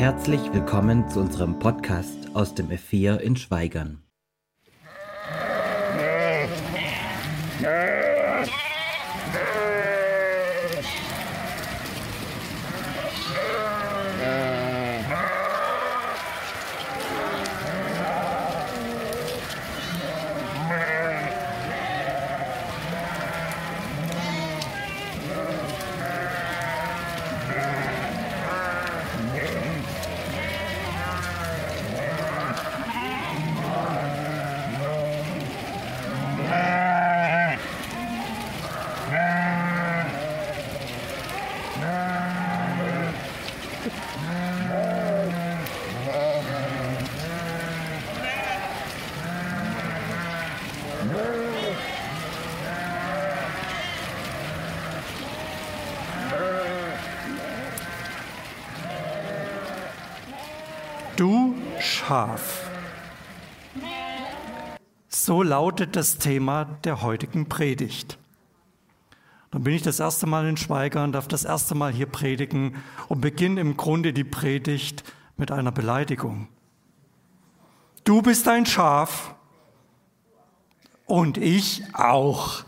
Herzlich willkommen zu unserem Podcast aus dem F4 in Schweigern. Du Schaf. So lautet das Thema der heutigen Predigt. Dann bin ich das erste Mal in Schweigern, darf das erste Mal hier predigen und beginne im Grunde die Predigt mit einer Beleidigung. Du bist ein Schaf und ich auch.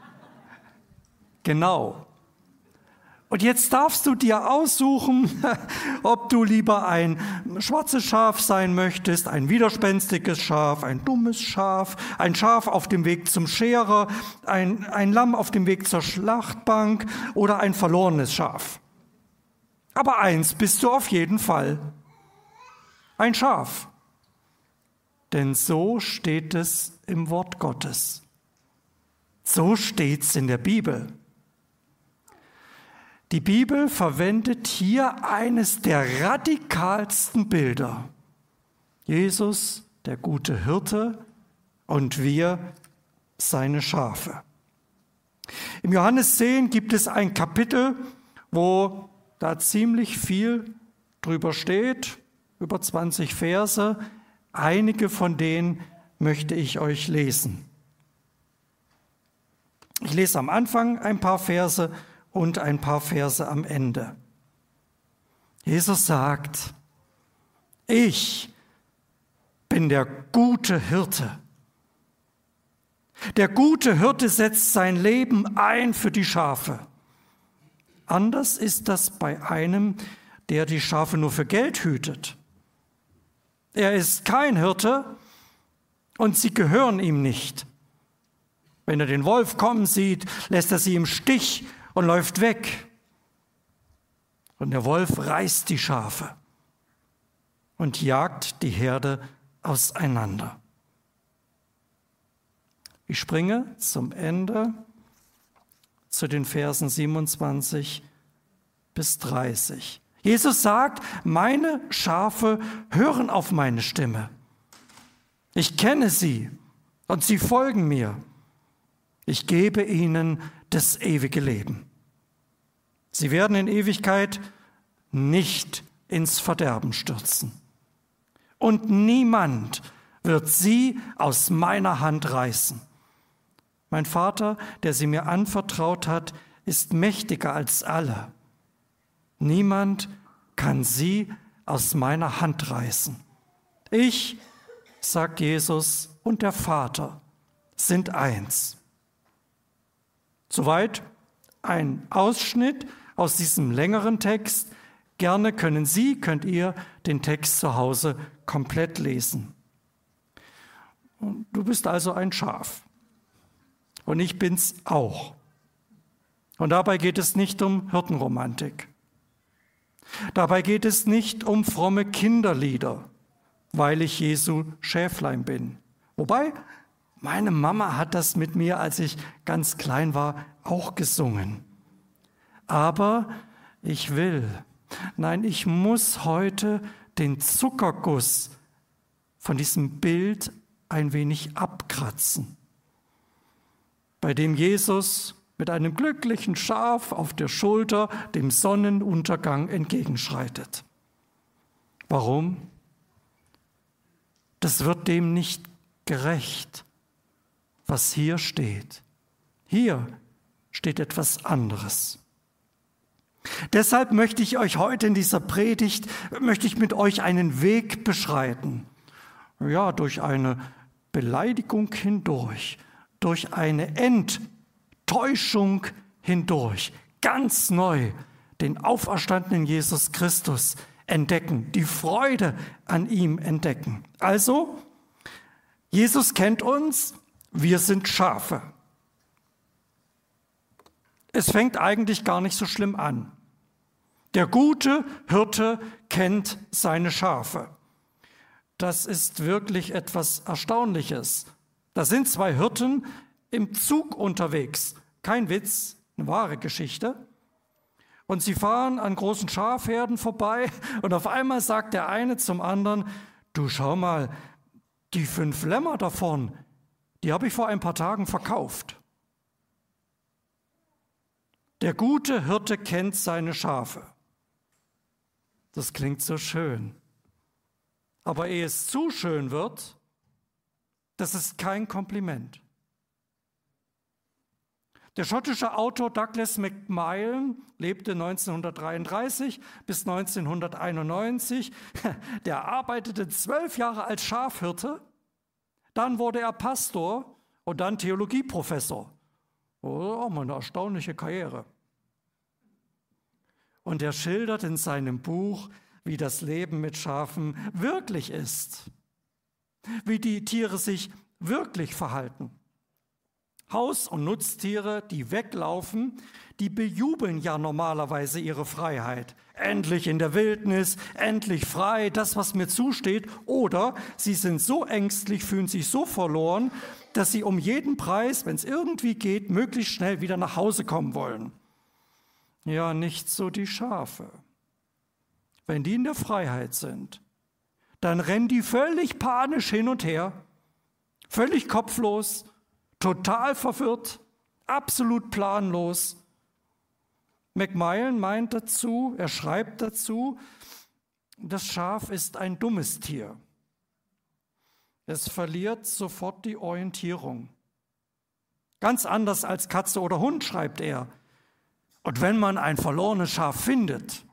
Genau. Und jetzt darfst du dir aussuchen, ob du lieber ein schwarzes Schaf sein möchtest, ein widerspenstiges Schaf, ein dummes Schaf, ein Schaf auf dem Weg zum Scherer, ein Lamm auf dem Weg zur Schlachtbank oder ein verlorenes Schaf. Aber eins bist du auf jeden Fall: ein Schaf. Denn so steht es im Wort Gottes. So steht's in der Bibel. Die Bibel verwendet hier eines der radikalsten Bilder. Jesus, der gute Hirte, und wir, seine Schafe. Im Johannes 10 gibt es ein Kapitel, wo da ziemlich viel drüber steht, über 20 Verse. Einige von denen möchte ich euch lesen. Ich lese am Anfang ein paar Verse und ein paar Verse am Ende. Jesus sagt: Ich bin der gute Hirte. Der gute Hirte setzt sein Leben ein für die Schafe. Anders ist das bei einem, der die Schafe nur für Geld hütet. Er ist kein Hirte und sie gehören ihm nicht. Wenn er den Wolf kommen sieht, lässt er sie im Stich und läuft weg. Und der Wolf reißt die Schafe und jagt die Herde auseinander. Ich springe zum Ende zu den Versen 27 bis 30. Jesus sagt: Meine Schafe hören auf meine Stimme. Ich kenne sie und sie folgen mir. Ich gebe ihnen das ewige Leben. Sie werden in Ewigkeit nicht ins Verderben stürzen. Und niemand wird sie aus meiner Hand reißen. Mein Vater, der sie mir anvertraut hat, ist mächtiger als alle. Niemand kann sie aus meiner Hand reißen. Ich, sagt Jesus, und der Vater sind eins. Soweit ein Ausschnitt aus diesem längeren Text. Gerne könnt ihr den Text zu Hause komplett lesen. Und du bist also ein Schaf. Und ich bin's auch. Und dabei geht es nicht um Hirtenromantik. Dabei geht es nicht um fromme Kinderlieder, weil ich Jesu Schäflein bin. Wobei, meine Mama hat das mit mir, als ich ganz klein war, auch gesungen. Aber ich muss heute den Zuckerguss von diesem Bild ein wenig abkratzen, bei dem Jesus mit einem glücklichen Schaf auf der Schulter dem Sonnenuntergang entgegenschreitet. Warum? Das wird dem nicht gerecht, was hier steht. Hier steht etwas anderes. Deshalb möchte ich euch heute in dieser Predigt, mit euch einen Weg beschreiten. Ja, durch eine Beleidigung hindurch, durch eine Enttäuschung hindurch, ganz neu den auferstandenen Jesus Christus entdecken, die Freude an ihm entdecken. Also, Jesus kennt uns, wir sind Schafe. Es fängt eigentlich gar nicht so schlimm an. Der gute Hirte kennt seine Schafe. Das ist wirklich etwas Erstaunliches. Da sind zwei Hirten im Zug unterwegs. Kein Witz, eine wahre Geschichte. Und sie fahren an großen Schafherden vorbei und auf einmal sagt der eine zum anderen, du schau mal, die 5 Lämmer davon, die habe ich vor ein paar Tagen verkauft. Der gute Hirte kennt seine Schafe. Das klingt so schön. Aber ehe es zu schön wird, das ist kein Kompliment. Der schottische Autor Douglas Macmillan lebte 1933 bis 1991. Der arbeitete 12 Jahre als Schafhirte, dann wurde er Pastor und dann Theologieprofessor. Oh, auch mal eine erstaunliche Karriere. Und er schildert in seinem Buch, wie das Leben mit Schafen wirklich ist, wie die Tiere sich wirklich verhalten. Haus- und Nutztiere, die weglaufen, die bejubeln ja normalerweise ihre Freiheit. Endlich in der Wildnis, endlich frei, das, was mir zusteht. Oder sie sind so ängstlich, fühlen sich so verloren, dass sie um jeden Preis, wenn es irgendwie geht, möglichst schnell wieder nach Hause kommen wollen. Ja, nicht so die Schafe. Wenn die in der Freiheit sind, dann rennen die völlig panisch hin und her, völlig kopflos, total verwirrt, absolut planlos. Macmillan meint dazu, er schreibt dazu, das Schaf ist ein dummes Tier. Es verliert sofort die Orientierung. Ganz anders als Katze oder Hund, schreibt er. Und wenn man ein verlorenes Schaf findet,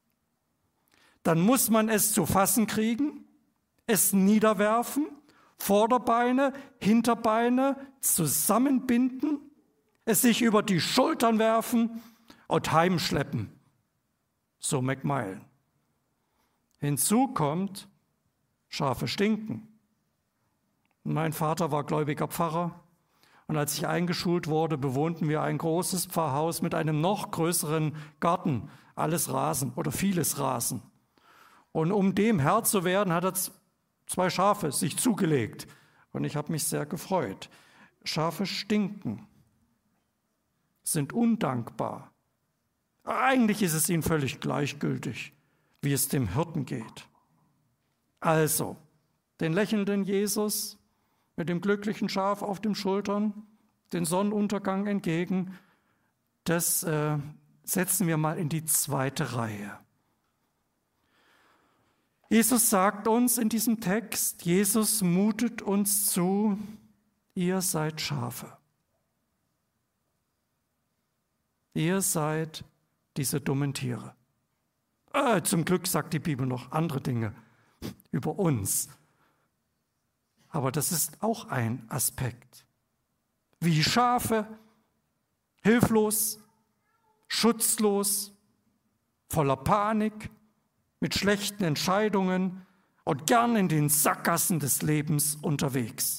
dann muss man es zu fassen kriegen, es niederwerfen, Vorderbeine, Hinterbeine zusammenbinden, es sich über die Schultern werfen und heimschleppen. So Macmillan. Hinzu kommt, Schafe stinken. Mein Vater war gläubiger Pfarrer und als ich eingeschult wurde, bewohnten wir ein großes Pfarrhaus mit einem noch größeren Garten, alles Rasen oder vieles Rasen. Und um dem Herr zu werden, hat er 2 Schafe sich zugelegt. Und ich habe mich sehr gefreut. Schafe stinken, sind undankbar. Eigentlich ist es ihnen völlig gleichgültig, wie es dem Hirten geht. Also, den lächelnden Jesus mit dem glücklichen Schaf auf den Schultern, den Sonnenuntergang entgegen, das setzen wir mal in die zweite Reihe. Jesus sagt uns in diesem Text, Jesus mutet uns zu, ihr seid Schafe. Ihr seid diese dummen Tiere. Zum Glück sagt die Bibel noch andere Dinge über uns. Aber das ist auch ein Aspekt. Wie Schafe, hilflos, schutzlos, voller Panik, mit schlechten Entscheidungen und gern in den Sackgassen des Lebens unterwegs.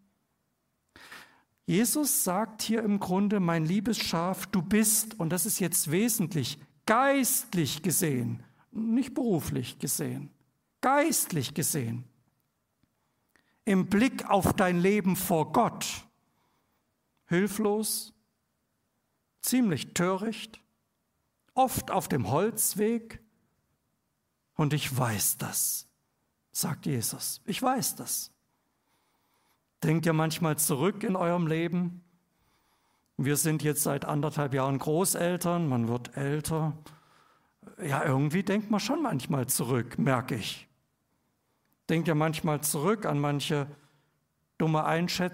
Jesus sagt hier im Grunde, mein liebes Schaf, du bist, und das ist jetzt wesentlich, geistlich gesehen, nicht beruflich gesehen, geistlich gesehen, im Blick auf dein Leben vor Gott, hilflos, ziemlich töricht, oft auf dem Holzweg. Und ich weiß das, sagt Jesus. Ich weiß das. Denkt ihr manchmal zurück in eurem Leben? Wir sind jetzt seit 1,5 Jahren Großeltern, man wird älter. Ja, irgendwie denkt man schon manchmal zurück, merke ich. Denkt ihr manchmal zurück an manche dumme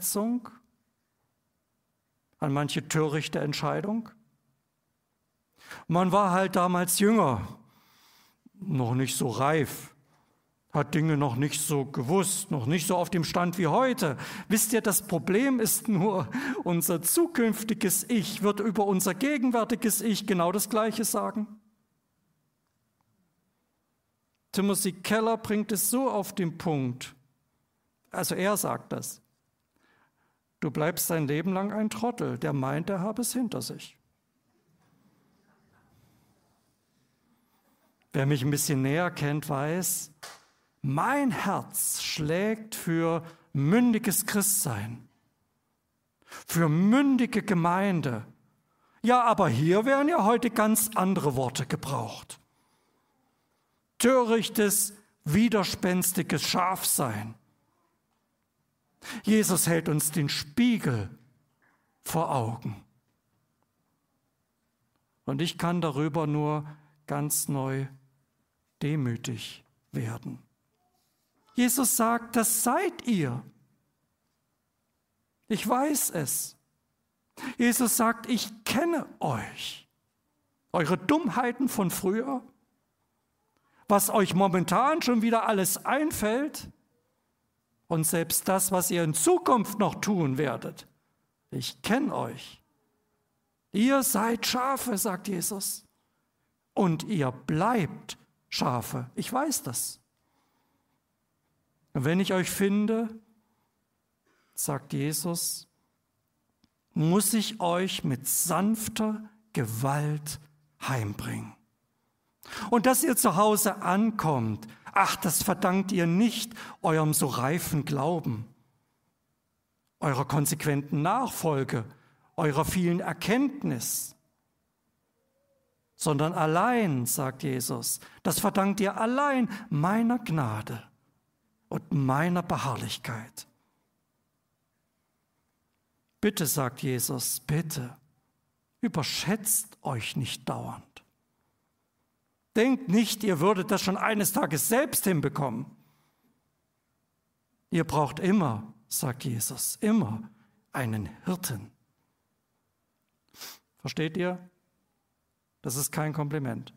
Einschätzung, an manche törichte Entscheidung? Man war halt damals jünger, noch nicht so reif, hat Dinge noch nicht so gewusst, noch nicht so auf dem Stand wie heute. Wisst ihr, das Problem ist nur, unser zukünftiges Ich wird über unser gegenwärtiges Ich genau das Gleiche sagen. Timothy Keller bringt es so auf den Punkt, also er sagt das: Du bleibst dein Leben lang ein Trottel, der meint, er habe es hinter sich. Wer mich ein bisschen näher kennt, weiß, mein Herz schlägt für mündiges Christsein, für mündige Gemeinde. Ja, aber hier werden ja heute ganz andere Worte gebraucht. Törichtes, widerspenstiges Schafsein. Jesus hält uns den Spiegel vor Augen. Und ich kann darüber nur ganz neu demütig werden. Jesus sagt, das seid ihr. Ich weiß es. Jesus sagt, ich kenne euch. Eure Dummheiten von früher, was euch momentan schon wieder alles einfällt und selbst das, was ihr in Zukunft noch tun werdet. Ich kenne euch. Ihr seid Schafe, sagt Jesus. Und ihr bleibt Schafe. Ich weiß das. Und wenn ich euch finde, sagt Jesus, muss ich euch mit sanfter Gewalt heimbringen. Und dass ihr zu Hause ankommt, ach, das verdankt ihr nicht eurem so reifen Glauben, eurer konsequenten Nachfolge, eurer vielen Erkenntnis, sondern allein, sagt Jesus, das verdankt ihr allein meiner Gnade und meiner Beharrlichkeit. Bitte, sagt Jesus, bitte, überschätzt euch nicht dauernd. Denkt nicht, ihr würdet das schon eines Tages selbst hinbekommen. Ihr braucht immer, sagt Jesus, immer einen Hirten. Versteht ihr? Das ist kein Kompliment.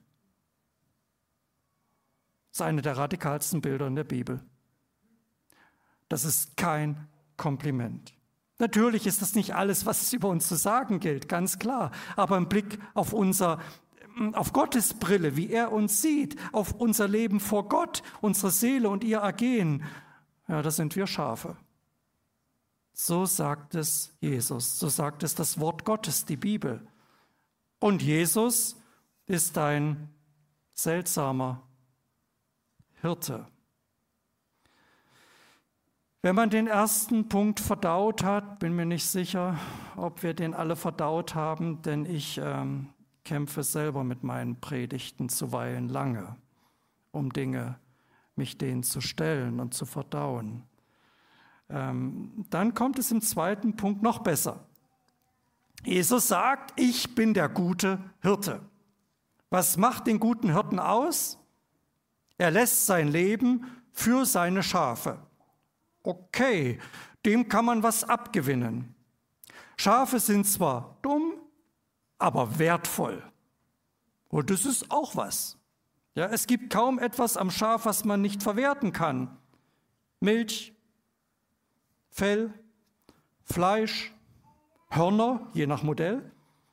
Das ist eine der radikalsten Bilder in der Bibel. Das ist kein Kompliment. Natürlich ist das nicht alles, was es über uns zu sagen gilt, ganz klar. Aber im Blick auf Gottes Brille, wie er uns sieht, auf unser Leben vor Gott, unsere Seele und ihr Ergehen, ja, da sind wir Schafe. So sagt es Jesus, so sagt es das Wort Gottes, die Bibel. Und Jesus ist ein seltsamer Hirte. Wenn man den ersten Punkt verdaut hat, bin mir nicht sicher, ob wir den alle verdaut haben, denn ich kämpfe selber mit meinen Predigten zuweilen lange, um mich denen zu stellen und zu verdauen. Dann kommt es im zweiten Punkt noch besser. Jesus sagt, ich bin der gute Hirte. Was macht den guten Hirten aus? Er lässt sein Leben für seine Schafe. Okay, dem kann man was abgewinnen. Schafe sind zwar dumm, aber wertvoll. Und das ist auch was. Ja, es gibt kaum etwas am Schaf, was man nicht verwerten kann. Milch, Fell, Fleisch, Hörner, je nach Modell.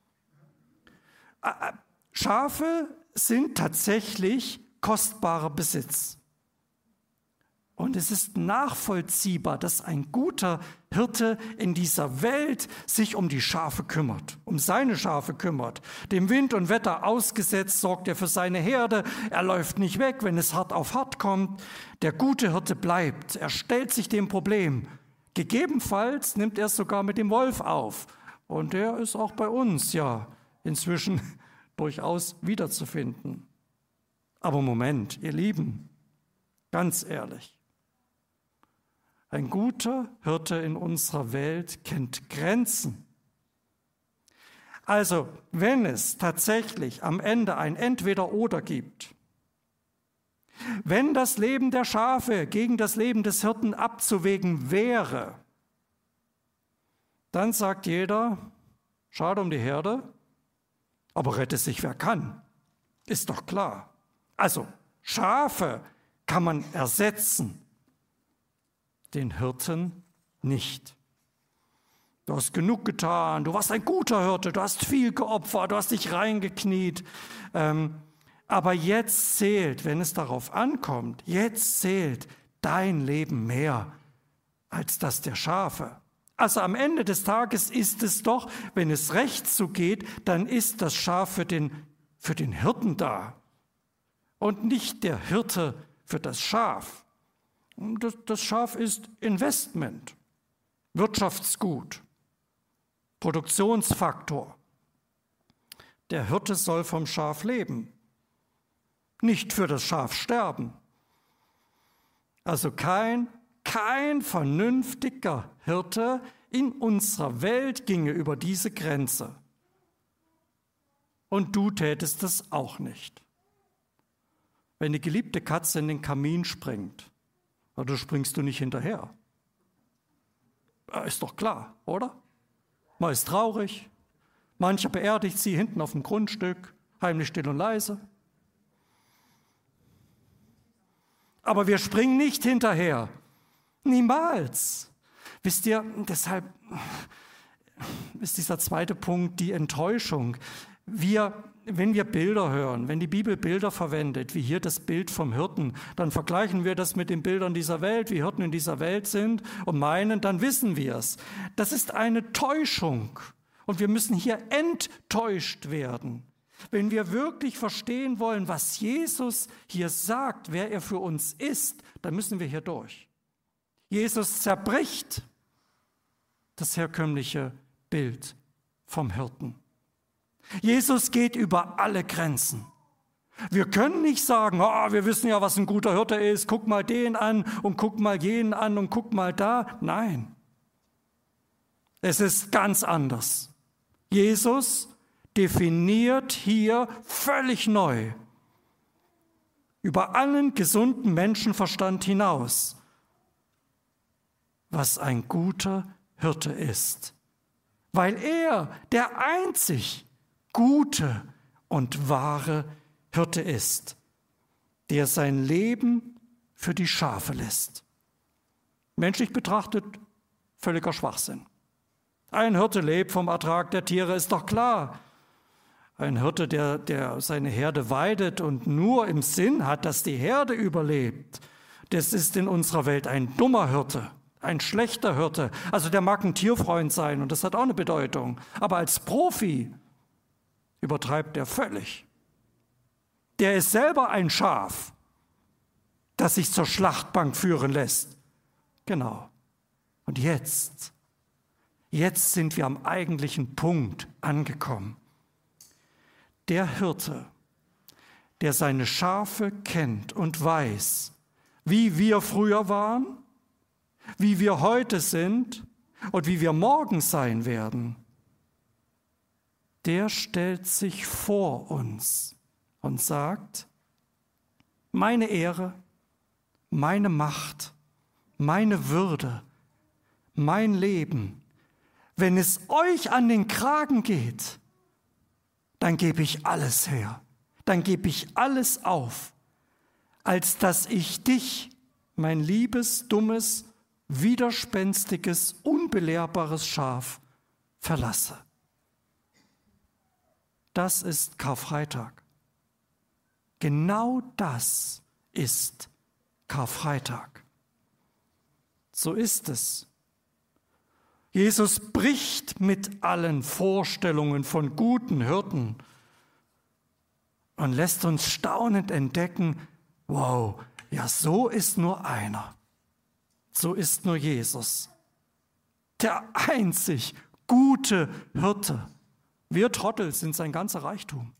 Schafe sind tatsächlich kostbarer Besitz. Und es ist nachvollziehbar, dass ein guter Hirte in dieser Welt sich um die Schafe kümmert, um seine Schafe kümmert. Dem Wind und Wetter ausgesetzt sorgt er für seine Herde. Er läuft nicht weg, wenn es hart auf hart kommt. Der gute Hirte bleibt. Er stellt sich dem Problem. Gegebenenfalls nimmt er es sogar mit dem Wolf auf. Und der ist auch bei uns ja inzwischen durchaus wiederzufinden. Aber Moment, ihr Lieben, ganz ehrlich. Ein guter Hirte in unserer Welt kennt Grenzen. Also, wenn es tatsächlich am Ende ein Entweder-Oder gibt, wenn das Leben der Schafe gegen das Leben des Hirten abzuwägen wäre, dann sagt jeder, schade um die Herde, Aber rette sich wer kann, ist doch klar. Also Schafe kann man ersetzen, den Hirten nicht. Du hast genug getan, du warst ein guter Hirte, du hast viel geopfert, du hast dich reingekniet. Aber jetzt zählt, wenn es darauf ankommt, jetzt zählt dein Leben mehr als das der Schafe. Also am Ende des Tages ist es doch, wenn es recht zugeht, dann ist das Schaf für den Hirten da und nicht der Hirte für das Schaf. Und das Schaf ist Investment, Wirtschaftsgut, Produktionsfaktor. Der Hirte soll vom Schaf leben, nicht für das Schaf sterben. Also kein vernünftiger Hirte in unserer Welt ginge über diese Grenze. Und du tätest es auch nicht. Wenn die geliebte Katze in den Kamin springt, da springst du nicht hinterher. Ist doch klar, oder? Man ist traurig, mancher beerdigt sie hinten auf dem Grundstück, heimlich, still und leise. Aber wir springen nicht hinterher. Niemals. Wisst ihr, deshalb ist dieser zweite Punkt die Enttäuschung. Wenn wir Bilder hören, wenn die Bibel Bilder verwendet, wie hier das Bild vom Hirten, dann vergleichen wir das mit den Bildern dieser Welt, wie Hirten in dieser Welt sind und meinen, dann wissen wir es. Das ist eine Täuschung und wir müssen hier enttäuscht werden. Wenn wir wirklich verstehen wollen, was Jesus hier sagt, wer er für uns ist, dann müssen wir hier durch. Jesus zerbricht das herkömmliche Bild vom Hirten. Jesus geht über alle Grenzen. Wir können nicht sagen, wir wissen ja, was ein guter Hirte ist, guck mal den an und guck mal jenen an und guck mal da. Nein, es ist ganz anders. Jesus definiert hier völlig neu, über allen gesunden Menschenverstand hinaus, was ein guter Hirte ist, weil er der einzig gute und wahre Hirte ist, der sein Leben für die Schafe lässt. Menschlich betrachtet völliger Schwachsinn. Ein Hirte lebt vom Ertrag der Tiere, ist doch klar. Ein Hirte, der seine Herde weidet und nur im Sinn hat, dass die Herde überlebt, das ist in unserer Welt ein dummer Hirte, ein schlechter Hirte. Also der mag ein Tierfreund sein und das hat auch eine Bedeutung. Aber als Profi übertreibt er völlig. Der ist selber ein Schaf, das sich zur Schlachtbank führen lässt. Genau. Und jetzt sind wir am eigentlichen Punkt angekommen. Der Hirte, der seine Schafe kennt und weiß, wie wir früher waren, wie wir heute sind und wie wir morgen sein werden, der stellt sich vor uns und sagt, meine Ehre, meine Macht, meine Würde, mein Leben, wenn es euch an den Kragen geht, dann gebe ich alles her, dann gebe ich alles auf, als dass ich dich, mein liebes, dummes, widerspenstiges, unbelehrbares Schaf, verlasse. Das ist Karfreitag. Genau das ist Karfreitag. So ist es. Jesus bricht mit allen Vorstellungen von guten Hirten und lässt uns staunend entdecken, wow, ja, so ist nur einer. So ist nur Jesus. Der einzig gute Hirte. Wir Trottel sind sein ganzer Reichtum.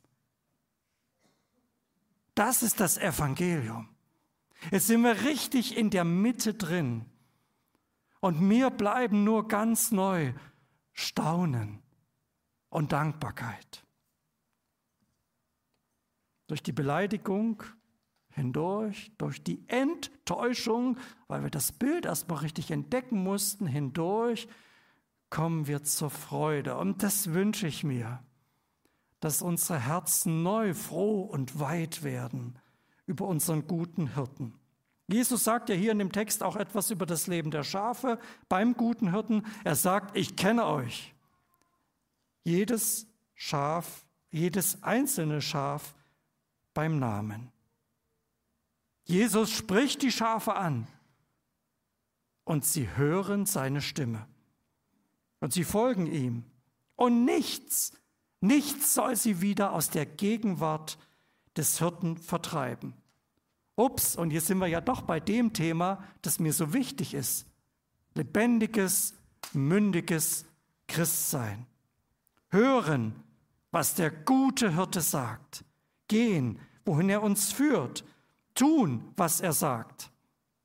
Das ist das Evangelium. Jetzt sind wir richtig in der Mitte drin. Und mir bleiben nur ganz neu Staunen und Dankbarkeit. Durch die Beleidigung hindurch, durch die Enttäuschung, weil wir das Bild erstmal richtig entdecken mussten, hindurch kommen wir zur Freude. Und das wünsche ich mir, dass unsere Herzen neu, froh und weit werden über unseren guten Hirten. Jesus sagt ja hier in dem Text auch etwas über das Leben der Schafe beim guten Hirten. Er sagt, ich kenne euch. Jedes Schaf, jedes einzelne Schaf beim Namen. Jesus spricht die Schafe an und sie hören seine Stimme und sie folgen ihm. Und nichts soll sie wieder aus der Gegenwart des Hirten vertreiben. Ups, und hier sind wir ja doch bei dem Thema, das mir so wichtig ist. Lebendiges, mündiges Christsein. Hören, was der gute Hirte sagt. Gehen, wohin er uns führt. Tun, was er sagt.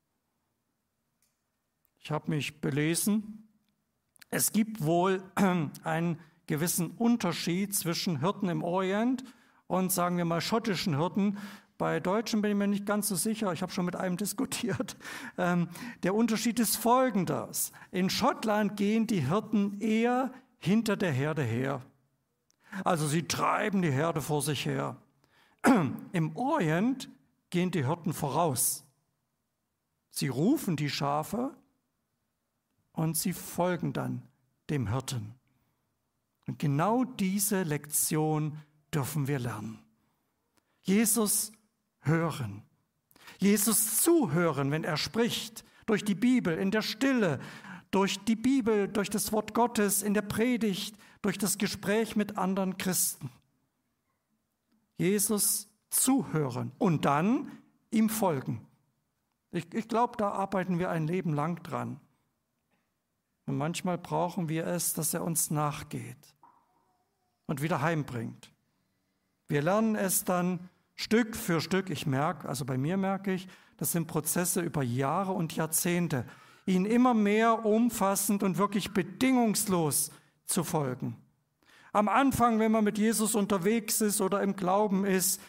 Ich habe mich belesen. Es gibt wohl einen gewissen Unterschied zwischen Hirten im Orient und, sagen wir mal, schottischen Hirten. Bei Deutschen bin ich mir nicht ganz so sicher, ich habe schon mit einem diskutiert. Der Unterschied ist folgendes. In Schottland gehen die Hirten eher hinter der Herde her. Also sie treiben die Herde vor sich her. Im Orient gehen die Hirten voraus. Sie rufen die Schafe und sie folgen dann dem Hirten. Und genau diese Lektion dürfen wir lernen. Jesus hören. Jesus zuhören, wenn er spricht, durch die Bibel, in der Stille, durch die Bibel, durch das Wort Gottes, in der Predigt, durch das Gespräch mit anderen Christen. Jesus zuhören und dann ihm folgen. Ich glaube, da arbeiten wir ein Leben lang dran. Und manchmal brauchen wir es, dass er uns nachgeht und wieder heimbringt. Wir lernen es dann Stück für Stück. Also bei mir merke ich, das sind Prozesse über Jahre und Jahrzehnte, ihn immer mehr umfassend und wirklich bedingungslos zu folgen. Am Anfang, wenn man mit Jesus unterwegs ist oder im Glauben ist,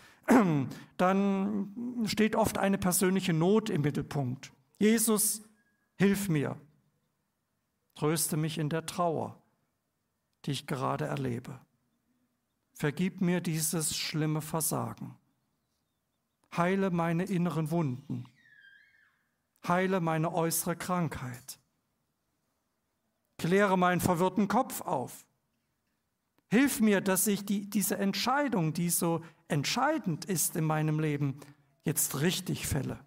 dann steht oft eine persönliche Not im Mittelpunkt. Jesus, hilf mir. Tröste mich in der Trauer, die ich gerade erlebe. Vergib mir dieses schlimme Versagen. Heile meine inneren Wunden. Heile meine äußere Krankheit. Kläre meinen verwirrten Kopf auf. Hilf mir, dass ich diese Entscheidung, die so entscheidend ist in meinem Leben, jetzt richtig fälle.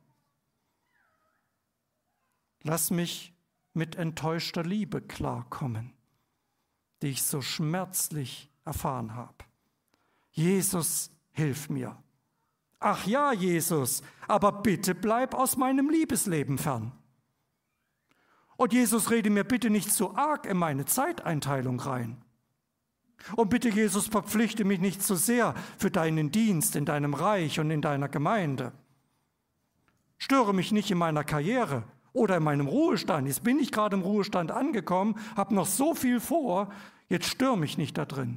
Lass mich mit enttäuschter Liebe klarkommen, die ich so schmerzlich erfahren habe. Jesus, hilf mir. Ach ja, Jesus, aber bitte bleib aus meinem Liebesleben fern. Und Jesus, rede mir bitte nicht so arg in meine Zeiteinteilung rein. Und bitte, Jesus, verpflichte mich nicht so sehr für deinen Dienst in deinem Reich und in deiner Gemeinde. Störe mich nicht in meiner Karriere oder in meinem Ruhestand. Jetzt bin ich gerade im Ruhestand angekommen, habe noch so viel vor, jetzt störe mich nicht da drin.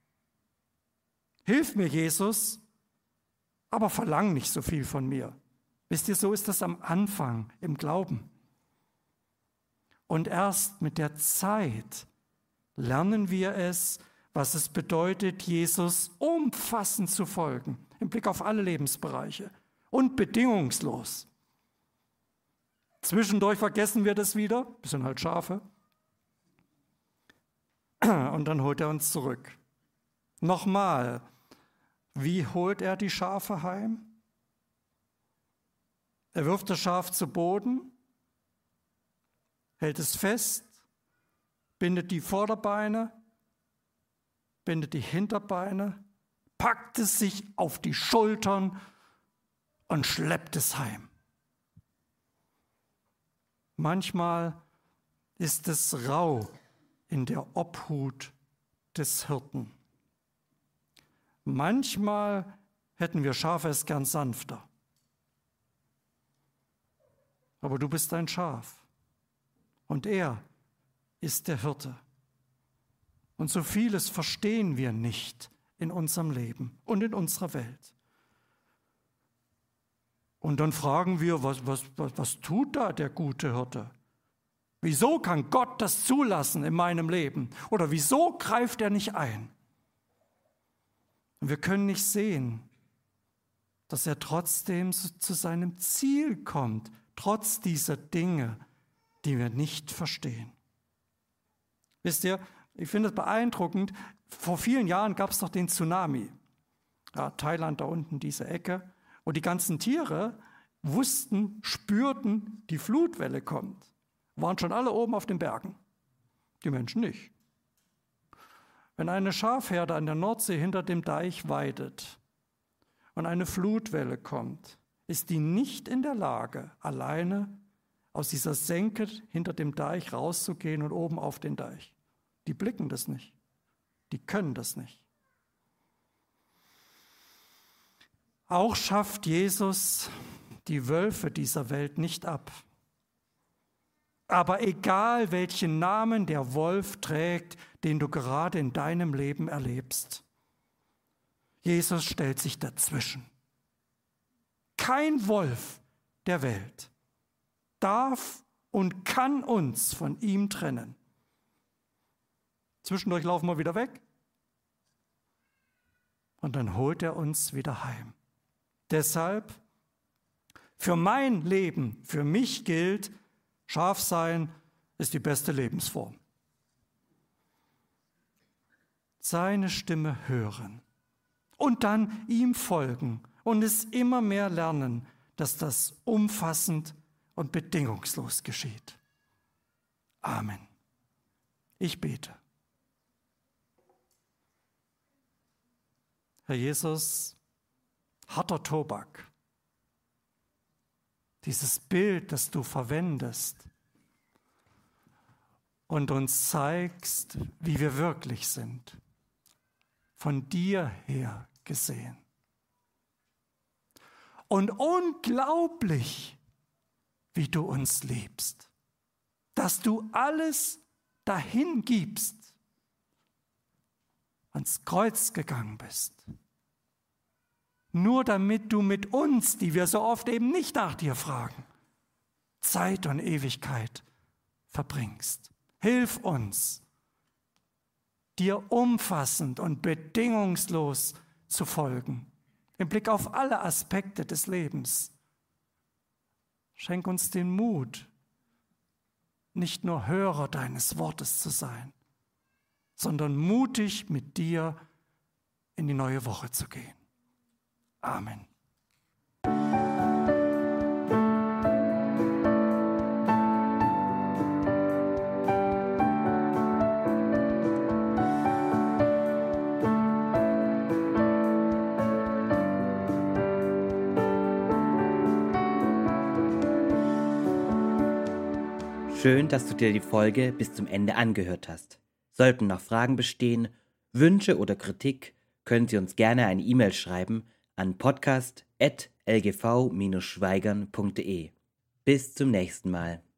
Hilf mir, Jesus, aber verlang nicht so viel von mir. Wisst ihr, so ist das am Anfang im Glauben. Und erst mit der Zeit lernen wir es, was es bedeutet, Jesus umfassend zu folgen, im Blick auf alle Lebensbereiche und bedingungslos. Zwischendurch vergessen wir das wieder, wir sind halt Schafe, und dann holt er uns zurück. Nochmal, wie holt er die Schafe heim? Er wirft das Schaf zu Boden, hält es fest, bindet die Vorderbeine, bindet die Hinterbeine, packt es sich auf die Schultern und schleppt es heim. Manchmal ist es rau in der Obhut des Hirten. Manchmal hätten wir Schafe es gern sanfter. Aber du bist ein Schaf und er ist der Hirte. Und so vieles verstehen wir nicht in unserem Leben und in unserer Welt. Und dann fragen wir, was tut da der gute Hirte? Wieso kann Gott das zulassen in meinem Leben? Oder wieso greift er nicht ein? Und wir können nicht sehen, dass er trotzdem zu seinem Ziel kommt, trotz dieser Dinge, die wir nicht verstehen. Wisst ihr, ich finde es beeindruckend, vor vielen Jahren gab es doch den Tsunami. Ja, Thailand da unten, diese Ecke. Und die ganzen Tiere spürten, die Flutwelle kommt. Waren schon alle oben auf den Bergen. Die Menschen nicht. Wenn eine Schafherde an der Nordsee hinter dem Deich weidet und eine Flutwelle kommt, ist die nicht in der Lage, alleine aus dieser Senke hinter dem Deich rauszugehen und oben auf den Deich. Die blicken das nicht. Die können das nicht. Auch schafft Jesus die Wölfe dieser Welt nicht ab. Aber egal, welchen Namen der Wolf trägt, den du gerade in deinem Leben erlebst, Jesus stellt sich dazwischen. Kein Wolf der Welt darf und kann uns von ihm trennen. Zwischendurch laufen wir wieder weg und dann holt er uns wieder heim. Deshalb, für mein Leben, für mich gilt, Schaf sein ist die beste Lebensform. Seine Stimme hören und dann ihm folgen und es immer mehr lernen, dass das umfassend und bedingungslos geschieht. Amen. Ich bete. Herr Jesus, harter Tobak, dieses Bild, das du verwendest und uns zeigst, wie wir wirklich sind, von dir her gesehen. Und unglaublich, wie du uns liebst, dass du alles dahin gibst, ans Kreuz gegangen bist. Nur damit du mit uns, die wir so oft eben nicht nach dir fragen, Zeit und Ewigkeit verbringst. Hilf uns, dir umfassend und bedingungslos zu folgen, im Blick auf alle Aspekte des Lebens. Schenk uns den Mut, nicht nur Hörer deines Wortes zu sein, sondern mutig mit dir in die neue Woche zu gehen. Amen. Schön, dass du dir die Folge bis zum Ende angehört hast. Sollten noch Fragen bestehen, Wünsche oder Kritik, können Sie uns gerne eine E-Mail schreiben an podcast@lgv-schweigern.de. Bis zum nächsten Mal.